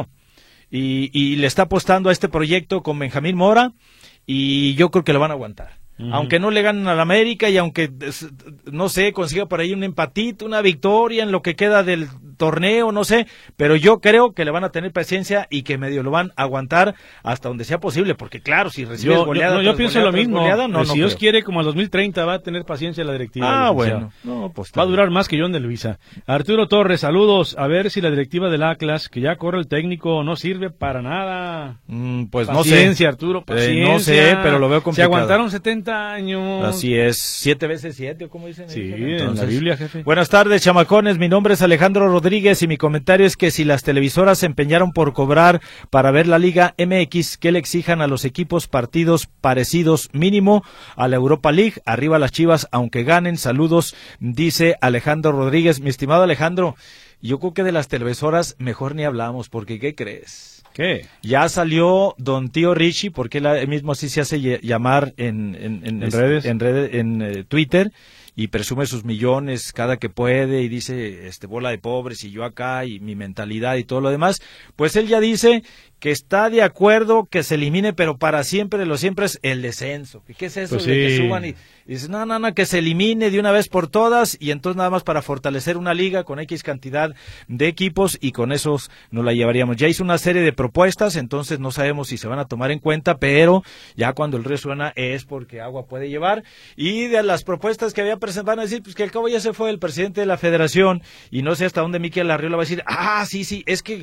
y le está apostando a este proyecto con Benjamín Mora y yo creo que lo van a aguantar. Aunque no le ganen al América y aunque, no sé, consiga por ahí un empatito, una victoria en lo que queda del torneo, no sé, pero yo creo que le van a tener paciencia y que medio lo van a aguantar hasta donde sea posible, porque claro, si recibes goleada yo tras pienso goleada lo tras mismo, goleada, no si Dios creo. quiere, como al 2030 va a tener paciencia la directiva. Ah, licenciado. bueno, no, pues Va a durar más que John de Luisa. Arturo Torres, saludos. A ver si la directiva del Atlas, que ya corre el técnico, no sirve para nada. Pues Paciencia, no sé. Arturo, paciencia. No sé, pero lo veo Se complicado. aguantaron 70 años. Así es, 7 veces 7, ¿o cómo dicen? Sí, Entonces, en la Biblia, jefe. Buenas tardes, chamacones. Mi nombre es Alejandro Rodríguez y mi comentario es que si las televisoras se empeñaron por cobrar para ver la Liga MX, que le exijan a los equipos partidos parecidos mínimo a la Europa League. Arriba las Chivas, aunque ganen. Saludos, dice Alejandro Rodríguez. Mi estimado Alejandro, yo creo que de las televisoras mejor ni hablamos, porque ¿qué crees? ¿Qué? Ya salió don Tío Richie, porque él mismo así se hace llamar en redes, en Twitter, y presume sus millones cada que puede y dice, bola de pobres y yo acá y mi mentalidad y todo lo demás. Pues él ya dice que está de acuerdo que se elimine, pero para siempre de los siempre es el descenso. ¿Qué es eso Pues de que sí. suban y dice, no, que se elimine de una vez por todas y entonces nada más para fortalecer una liga con X cantidad de equipos y con esos nos la llevaríamos? Ya hizo una serie de propuestas, entonces no sabemos si se van a tomar en cuenta, pero ya cuando el río suena es porque agua puede llevar. Y de las propuestas que había presentado van a decir, pues que al cabo ya se fue el presidente de la federación y no sé hasta dónde Miquel Arriola va a decir, sí, es que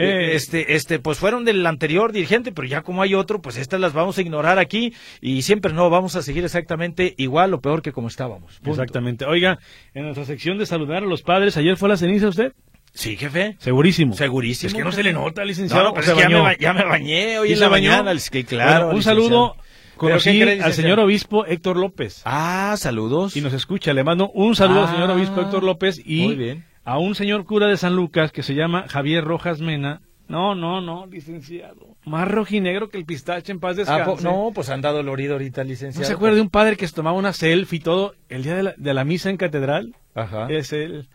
pues fueron del anterior dirigente, pero ya como hay otro, pues estas las vamos a ignorar aquí y siempre no, vamos a seguir exactamente igual o peor que como estábamos. Punto. Exactamente. Oiga, en nuestra sección de saludar a los padres, ¿ayer fue la ceniza usted? Sí, jefe. Segurísimo. Segurísimo. Es que no se le nota, licenciado. No, pues es que ya me bañé hoy ¿Y en se la bañó? mañana. Es que claro. Bueno, un saludo. Conocí ¿Pero qué cree, al licenciado? señor obispo Héctor López. Saludos. Y nos escucha. Le mando un saludo al señor obispo Héctor López y muy bien. a un señor cura de San Lucas que se llama Javier Rojas Mena. No, licenciado. Más rojinegro que el pistache, en paz descanse. No, pues anda dolorido ahorita, ¿No licenciado. se acuerda de un padre que se tomaba una selfie y todo el día de la misa en catedral? Ajá. Es él.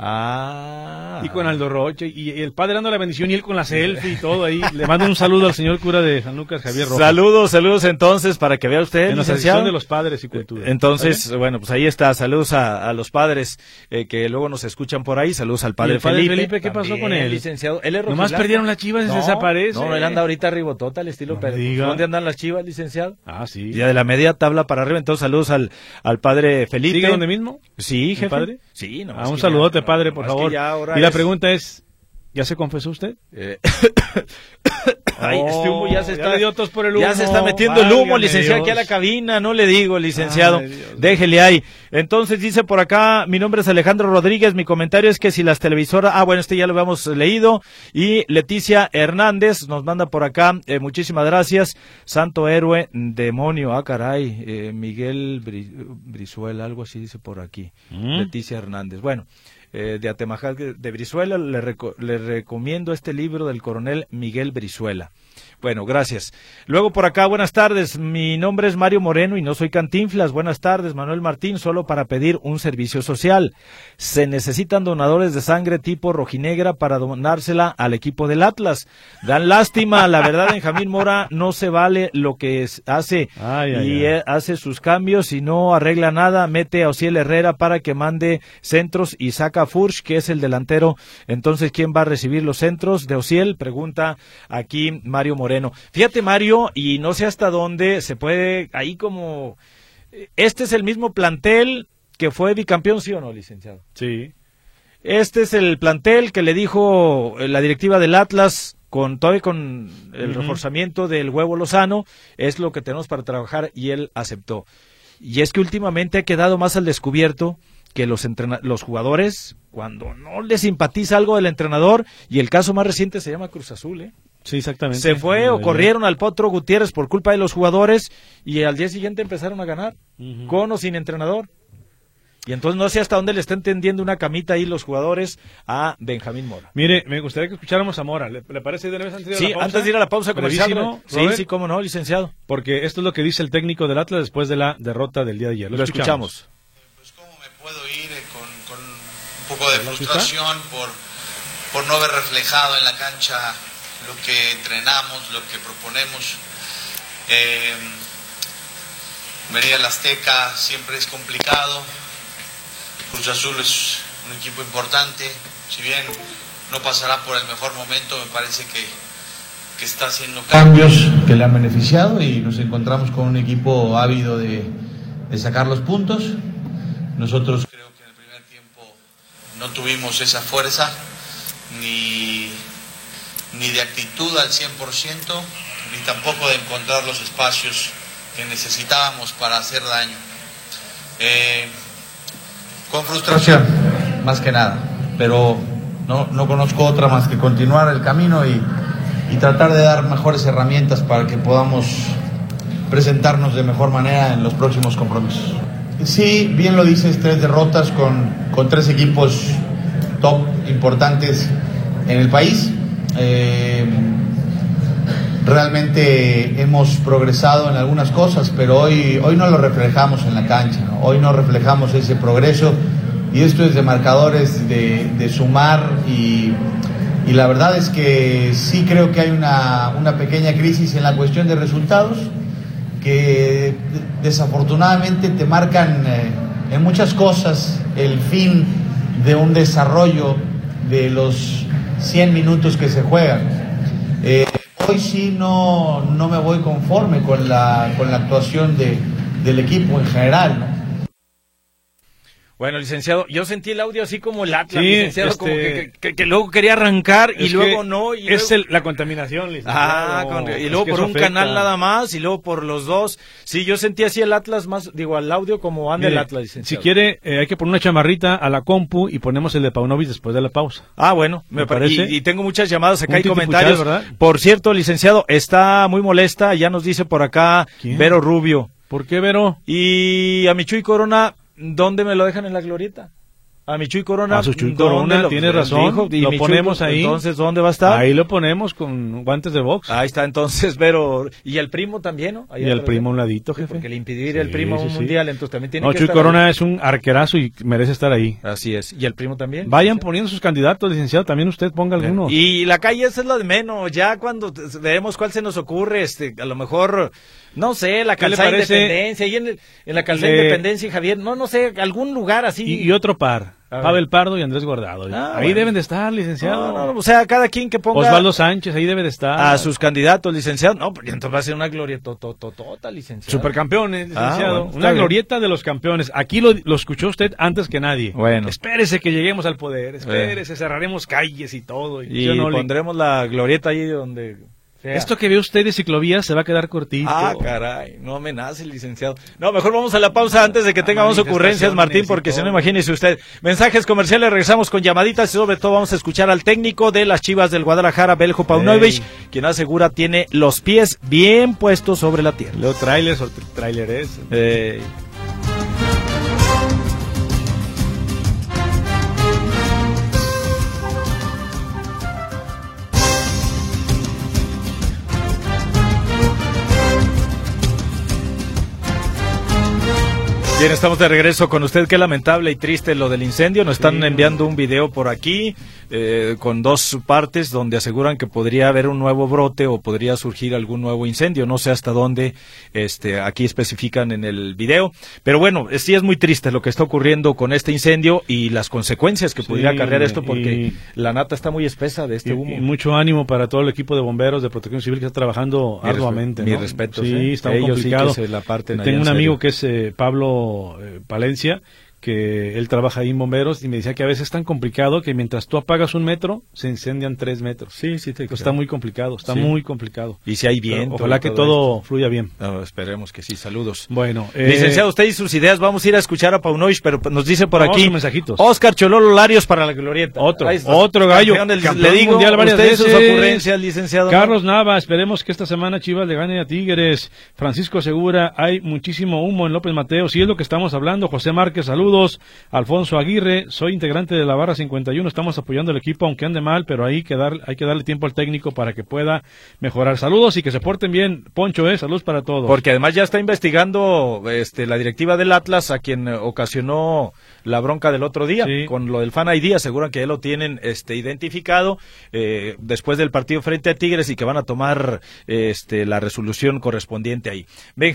Y Y con Aldo Roche, y el padre dando la bendición y él con la selfie y todo ahí. Le mando un saludo al señor cura de San Lucas, Javier Rojas. Saludos entonces para que vea usted, En la licenciado. sección de los padres y cultura. Entonces, ¿Vale? bueno, pues ahí está. Saludos a los padres que luego nos escuchan por ahí. Saludos al padre ¿Y el padre Felipe. Felipe, qué pasó con él? Licenciado. Él es Nomás rojiblanco. perdieron las Chivas y se desaparece. No, él anda ahorita ribotota al estilo No me Pedro. diga. ¿Dónde andan las Chivas, licenciado? Sí. Ya de la media tabla para arriba. Entonces, saludos al padre Felipe. ¿Sigue donde mismo? Sí, jefe. padre? Sí, no. Un saludote, padre, por favor. Y la pregunta es, ¿ya se confesó usted? Ay, este humo ya se está... le dio tos por el humo. Ya se está metiendo el humo, Válgame licenciado, aquí a la cabina, no le digo, licenciado. Déjele ahí. Entonces dice por acá, mi nombre es Alejandro Rodríguez, mi comentario es que si las televisoras... bueno, este ya lo habíamos leído. Y Leticia Hernández nos manda por acá, muchísimas gracias. Santo héroe, demonio, caray, Miguel Brizuela, algo así dice por aquí. Leticia Hernández. Bueno, de Atemajac de Brizuela, le recomiendo este libro del coronel Miguel Brizuela. Bueno, gracias. Luego por acá, buenas tardes, mi nombre es Mario Moreno y no soy Cantinflas. Buenas tardes, Manuel Martín, solo para pedir un servicio social. Se necesitan donadores de sangre tipo rojinegra para donársela al equipo del Atlas. Dan lástima, la verdad, Benjamín Mora no se vale lo que hace hace sus cambios y no arregla nada, mete a Ociel Herrera para que mande centros y saca a Furch, que es el delantero. Entonces, ¿quién va a recibir los centros de Ociel? Pregunta aquí Mario Moreno. Fíjate, Mario, y no sé hasta dónde se puede, ahí como, este es el mismo plantel que fue bicampeón, ¿sí o no, licenciado? Sí. Este es el plantel que le dijo la directiva del Atlas, con el reforzamiento del Huevo Lozano, es lo que tenemos para trabajar, y él aceptó. Y es que últimamente ha quedado más al descubierto que los jugadores, cuando no les simpatiza algo del entrenador, y el caso más reciente se llama Cruz Azul, Sí, exactamente. Se fue o corrieron al Potro Gutiérrez por culpa de los jugadores y al día siguiente empezaron a ganar, con o sin entrenador. Y entonces no sé hasta dónde le están tendiendo una camita ahí los jugadores a Benjamín Mora. Mire, me gustaría que escucháramos a Mora. ¿Le parece de una vez antes de ir a la pausa? Antes de ir a la pausa comercial. Sí, cómo no, licenciado. Porque esto es lo que dice el técnico del Atlas después de la derrota del día de ayer. Lo escuchamos. Pues cómo me puedo ir con un poco de frustración por no haber reflejado en la cancha lo que entrenamos, lo que proponemos. Venir al Azteca siempre es complicado. Cruz Azul es un equipo importante, si bien no pasará por el mejor momento, me parece que está haciendo cambios que le han beneficiado y nos encontramos con un equipo ávido de sacar los puntos. Nosotros creo que en el primer tiempo no tuvimos esa fuerza ni de actitud al 100%, ni tampoco de encontrar los espacios que necesitábamos para hacer daño. Con frustración, más que nada, pero no conozco otra más que continuar el camino y tratar de dar mejores herramientas para que podamos presentarnos de mejor manera en los próximos compromisos. Sí, bien lo dices, 3 derrotas con 3 equipos top importantes en el país. Realmente hemos progresado en algunas cosas, pero hoy no lo reflejamos en la cancha, ¿no? Hoy no reflejamos ese progreso, y esto es de marcadores de sumar, y la verdad es que sí creo que hay una pequeña crisis en la cuestión de resultados que desafortunadamente te marcan en muchas cosas el fin de un desarrollo de los 100 minutos que se juegan. Hoy sí no me voy conforme con la actuación del equipo en general, ¿no? Bueno, licenciado, yo sentí el audio así como el Atlas, licenciado, como que luego quería arrancar y luego no. Y es luego... la contaminación, licenciado. Y luego por un canal nada más, y luego por los dos. Sí, yo sentí así el Atlas más, al audio como anda el Atlas, licenciado. Si quiere, hay que poner una chamarrita a la compu y ponemos el de Paunovic después de la pausa. Bueno, me parece. Y tengo muchas llamadas acá y comentarios. ¿Verdad? Por cierto, licenciado, está muy molesta, ya nos dice por acá. ¿Quién? Vero Rubio. ¿Por qué, Vero? Y a mi Chuy Corona, ¿dónde me lo dejan en la glorieta? A mi Chuy Corona. A su Chuy Corona, tiene razón. Lo ponemos ahí. Entonces, ¿dónde va a estar? Ahí lo ponemos con guantes de box. Ahí está, entonces, Vero. Y el primo también, ¿no? Y el primo a un ladito, jefe. Porque le impidió ir el primo a un mundial, entonces también tiene que Chuy estar Corona ahí. Es un arquerazo y merece estar ahí. Así es. ¿Y el primo también? Vayan poniendo sus candidatos, licenciado. También usted ponga alguno. Y la calle esa es la de menos. Ya cuando veremos cuál se nos ocurre, a lo mejor... No sé, la calzada Independencia, ahí en la calzada Independencia y Javier, no sé, algún lugar así. Y otro par, Pavel Pardo y Andrés Guardado. Ahí deben de estar, licenciado. No, o sea, cada quien que ponga... Osvaldo Sánchez, ahí debe de estar. A sus candidatos, licenciado. No, pues entonces va a ser una glorieta licenciado. Supercampeones, licenciado. Una glorieta de los campeones. Aquí lo escuchó usted antes que nadie. Bueno. Espérese que lleguemos al poder, cerraremos calles y todo. Y pondremos la glorieta ahí donde... fea. Esto que ve usted de ciclovías se va a quedar cortito. Ah, caray, no amenace, licenciado. No, mejor vamos a la pausa antes de que tengamos ocurrencias, Martín, porque si no, imagínese usted. Mensajes comerciales, regresamos con llamaditas y sobre todo vamos a escuchar al técnico de las Chivas del Guadalajara, Beljo Paunovic, quien asegura tiene los pies bien puestos sobre la tierra. Leo trailers o traileres. Bien, estamos de regreso con usted. Qué lamentable y triste lo del incendio. Nos están enviando un video por aquí con dos partes donde aseguran que podría haber un nuevo brote o podría surgir algún nuevo incendio. No sé hasta dónde aquí especifican en el video. Pero bueno, sí es muy triste lo que está ocurriendo con este incendio y las consecuencias que pudiera acarrear esto, porque la nata está muy espesa de este humo. Y mucho ánimo para todo el equipo de bomberos de Protección Civil que está trabajando arduamente. Mi respeto. Sí, está muy complicado. Sí, la parte tengo un amigo que es Pablo Palencia, que él trabaja ahí en bomberos y me decía que a veces es tan complicado que mientras tú apagas 1 metro se incendian 3 metros. Sí, está muy complicado, muy complicado. Y si hay viento. Ojalá que todo fluya bien. No, esperemos que sí. Saludos. Bueno, licenciado, usted y sus ideas. Vamos a ir a escuchar a Paunovic, pero nos dice por aquí mensajitos. Oscar Chololo Larios para la glorieta. Otro gallo. Le digo mundial varias usted veces. Sus ocurrencias, licenciado. Carlos Nava, esperemos que esta semana Chivas le gane a Tigres. Francisco Segura, hay muchísimo humo en López Mateo. Sí es lo que estamos hablando. José Márquez, saludos. Alfonso Aguirre, soy integrante de la barra 51, estamos apoyando al equipo aunque ande mal, pero hay que darle tiempo al técnico para que pueda mejorar. Saludos y que se porten bien, Poncho, saludos para todos. Porque además ya está investigando la directiva del Atlas, a quien ocasionó la bronca del otro día, con lo del Fan ID, aseguran que ya lo tienen identificado después del partido frente a Tigres y que van a tomar la resolución correspondiente ahí.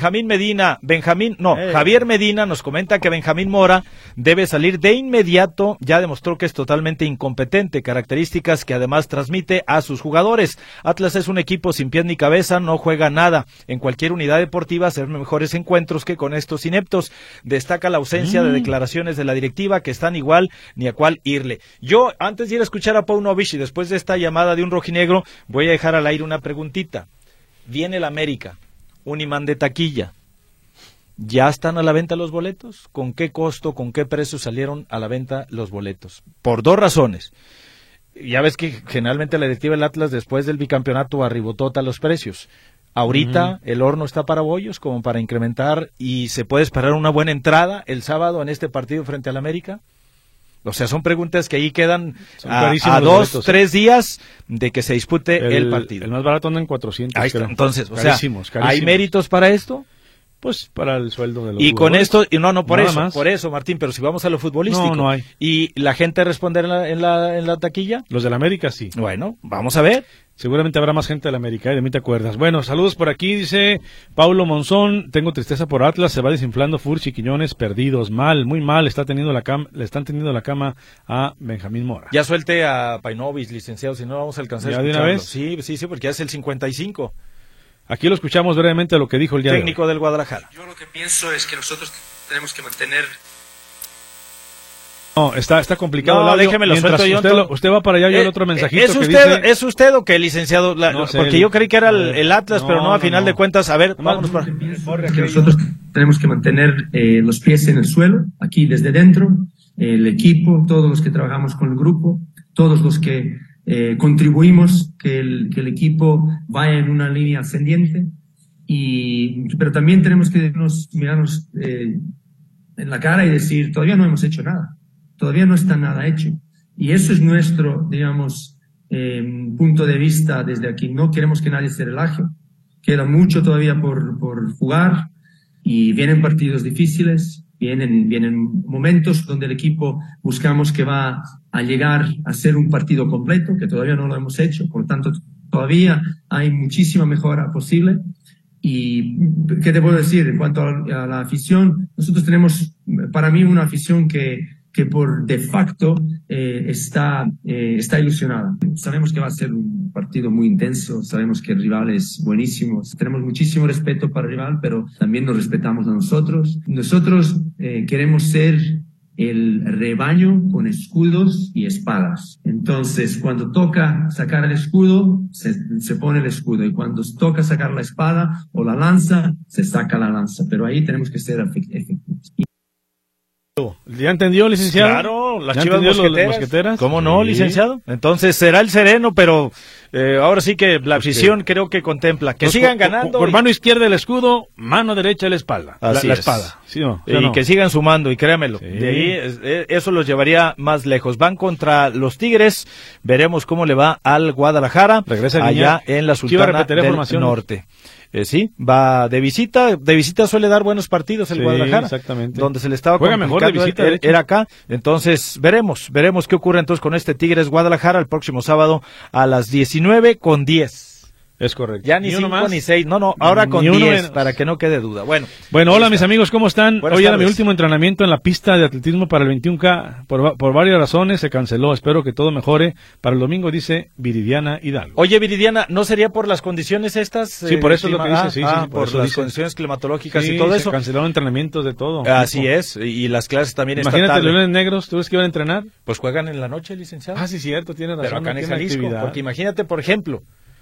Javier Medina nos comenta que Benjamín Mora debe salir de inmediato, ya demostró que es totalmente incompetente, características que además transmite a sus jugadores. Atlas es un equipo sin pies ni cabeza, no juega nada. En cualquier unidad deportiva se ven mejores encuentros que con estos ineptos. Destaca la ausencia de declaraciones de la directiva que están igual ni a cuál irle. Yo, antes de ir a escuchar a Paunovic y después de esta llamada de un rojinegro, voy a dejar al aire una preguntita. Viene el América, un imán de taquilla. ¿Ya están a la venta los boletos? ¿Con qué costo, con qué precio salieron a la venta los boletos? Por 2 razones. Ya ves que generalmente la directiva del Atlas después del bicampeonato arribotota los precios. Ahorita el horno está para bollos como para incrementar y se puede esperar una buena entrada el sábado en este partido frente al América. O sea, son preguntas que ahí quedan a 2-3 días de que se dispute el partido. El más barato anda en 400. Ahí está. Creo. Entonces, carísimos. ¿hay méritos para esto? Pues para el sueldo de los jugadores. Con esto, por eso, Martín, pero si vamos a lo futbolístico. No hay. ¿Y la gente responde en la taquilla? Los del América sí. Bueno, vamos a ver. Seguramente habrá más gente del América, de mí te acuerdas. Bueno, saludos por aquí, dice Paulo Monzón, tengo tristeza por Atlas, se va desinflando Furch y Quiñones perdidos, muy mal, le están teniendo la cama a Benjamín Mora. Ya suelte a Paunovic, licenciado, si no vamos a alcanzar ¿Ya a escucharlo. ¿De una vez? Sí, porque ya es el 55. Aquí lo escuchamos brevemente lo que dijo el día técnico del Guadalajara. Yo lo que pienso es que nosotros tenemos que mantener... No, está complicado. No, déjeme lo suelto yo. Usted va para allá y el otro mensajito ¿Es usted o qué, licenciado? Porque yo creí que era el Atlas, pero no, a final de cuentas. A ver, vámonos para... Que nosotros tenemos que mantener los pies en el suelo, aquí desde dentro, el equipo, todos los que trabajamos con el grupo, todos los que contribuimos que el equipo vaya en una línea ascendiente, pero también tenemos que mirarnos en la cara y decir, todavía no hemos hecho nada. Todavía no está nada hecho. Y eso es nuestro, digamos, punto de vista desde aquí. No queremos que nadie se relaje. Queda mucho todavía por jugar y vienen partidos difíciles, vienen momentos donde el equipo buscamos que va a llegar a ser un partido completo, que todavía no lo hemos hecho. Por lo tanto, todavía hay muchísima mejora posible. Y, ¿qué te puedo decir? En cuanto a la afición, nosotros tenemos, para mí, una afición que por de facto está ilusionada. Sabemos que va a ser un partido muy intenso, sabemos que el rival es buenísimo, tenemos muchísimo respeto para el rival, pero también nos respetamos a nosotros. Nosotros queremos ser el rebaño con escudos y espadas. Entonces, cuando toca sacar el escudo, se pone el escudo. Y cuando toca sacar la espada o la lanza, se saca la lanza. Pero ahí tenemos que ser efectivos. ¿Ya entendió, licenciado? Claro, las ¿Ya Chivas mosqueteras? ¿Cómo no, Sí. licenciado? Entonces será el sereno, pero ahora sí que la afición creo que contempla. Que sigan ganando. Por mano izquierda el escudo, mano derecha la espalda. Así la es. espada. ¿Sí o no? ¿Sí Y o no? que sigan sumando, y créamelo, Sí. de ahí eso los llevaría más lejos. Van contra los Tigres, veremos cómo le va al Guadalajara, Regresa allá Guiñac. en la Chivas Sultana repetirá del formación. Norte. Sí, va de visita suele dar buenos partidos el Sí, Guadalajara, exactamente. donde se le estaba Juega mejor de complicando visita, de hecho. era acá, entonces veremos qué ocurre entonces con este Tigres Guadalajara el próximo sábado a las 19:10. Es correcto. Ya ni uno 5 más? ni 6, no, ahora con Ni uno 10, menos. para que no quede duda. Bueno, Hola mis amigos, ¿cómo están? Buenas Hoy era mi tardes. último entrenamiento en la pista de atletismo para el 21K. Por varias razones se canceló. Espero que todo mejore para el domingo, dice Viridiana Hidalgo. Oye, Viridiana, ¿no sería por las condiciones estas? Sí, por eso es lo que dice, sí, por por eso las dice. condiciones climatológicas Sí, y todo se eso. cancelaron entrenamientos de todo. Así tipo. es, y las clases también esta Imagínate, tarde. Leones Negros, ¿tú ves que iban a entrenar? Pues juegan en la noche, licenciado. Ah, sí, cierto, tiene razón. Pero acá no en tiene Jalisco, actividad. porque imagínate, por ejemplo,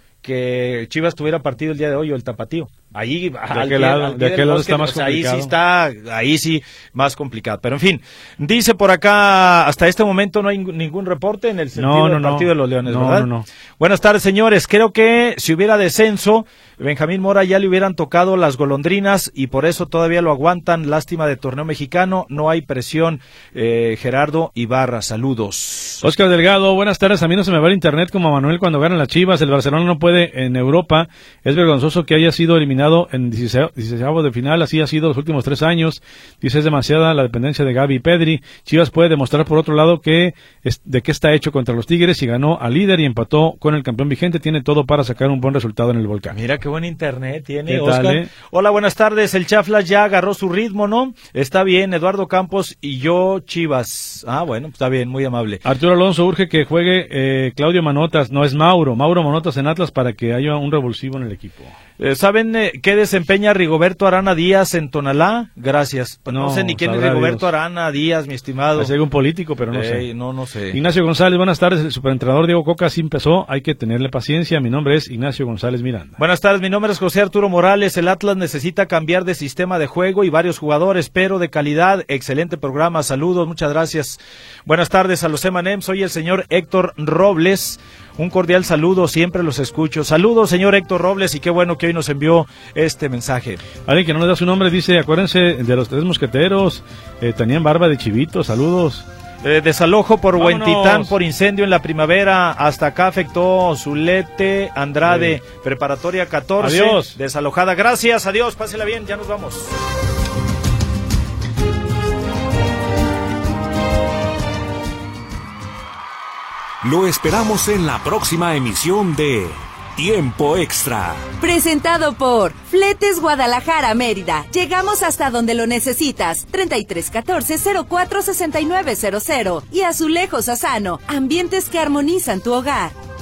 que Chivas tuviera partido el día de hoy o el Tapatío. Ahí, de aquel lado está más complicado. Ahí sí más complicado. Pero en fin, dice por acá, hasta este momento no hay ningún reporte en el sentido del partido de los Leones, ¿verdad? No. Buenas tardes, señores. Creo que si hubiera descenso, Benjamín Mora ya le hubieran tocado las golondrinas y por eso todavía lo aguantan. Lástima de torneo mexicano, no hay presión. Gerardo Ibarra, saludos. Oscar Delgado, buenas tardes. A mí no se me va el internet como a Manuel cuando ganan las Chivas. El Barcelona no puede en Europa. Es vergonzoso que haya sido eliminado en 16avos de final. Así ha sido los últimos 3 años. Dice, es demasiada la dependencia de Gavi y Pedri. Chivas puede demostrar por otro lado de qué está hecho contra los Tigres y ganó al líder y empató con el campeón vigente. Tiene todo para sacar un buen resultado en el Volcán. Mira qué buen internet tiene, ¿Qué Oscar. tal, Hola, buenas tardes. El Chaflas ya agarró su ritmo, ¿no? Está bien, Eduardo Campos y yo Chivas. Ah, bueno, está bien, muy amable. Arturo Alonso urge que juegue Claudio Manotas, no es Mauro Manotas en Atlas para que haya un revulsivo en el equipo. ¿Saben qué desempeña Rigoberto Arana Díaz en Tonalá? Gracias. Pues no sé ni quién es Rigoberto Arana Díaz, mi estimado. Es un político, pero no sé. No sé. Ignacio González, buenas tardes. El superentrenador Diego Coca sí empezó, hay que tenerle paciencia. Mi nombre es Ignacio González Miranda. Buenas tardes, mi nombre es José Arturo Morales. El Atlas necesita cambiar de sistema de juego y varios jugadores, pero de calidad. Excelente programa, saludos, muchas gracias. Buenas tardes a los M&M, soy el señor Héctor Robles. Un cordial saludo, siempre los escucho. Saludos, señor Héctor Robles, y qué bueno que hoy nos envió este mensaje. Alguien que no nos da su nombre dice, acuérdense de los 3 mosqueteros, tenían barba de chivito, saludos. Desalojo por ¡Vámonos! Huentitán por incendio en la primavera. Hasta acá afectó Zulete Andrade, preparatoria 14. Adiós. Desalojada. Gracias, adiós, pásela bien, ya nos vamos. Lo esperamos en la próxima emisión de Tiempo Extra. Presentado por Fletes Guadalajara Mérida. Llegamos hasta donde lo necesitas. 3314-046900. Y Azulejos Asano. Ambientes que armonizan tu hogar.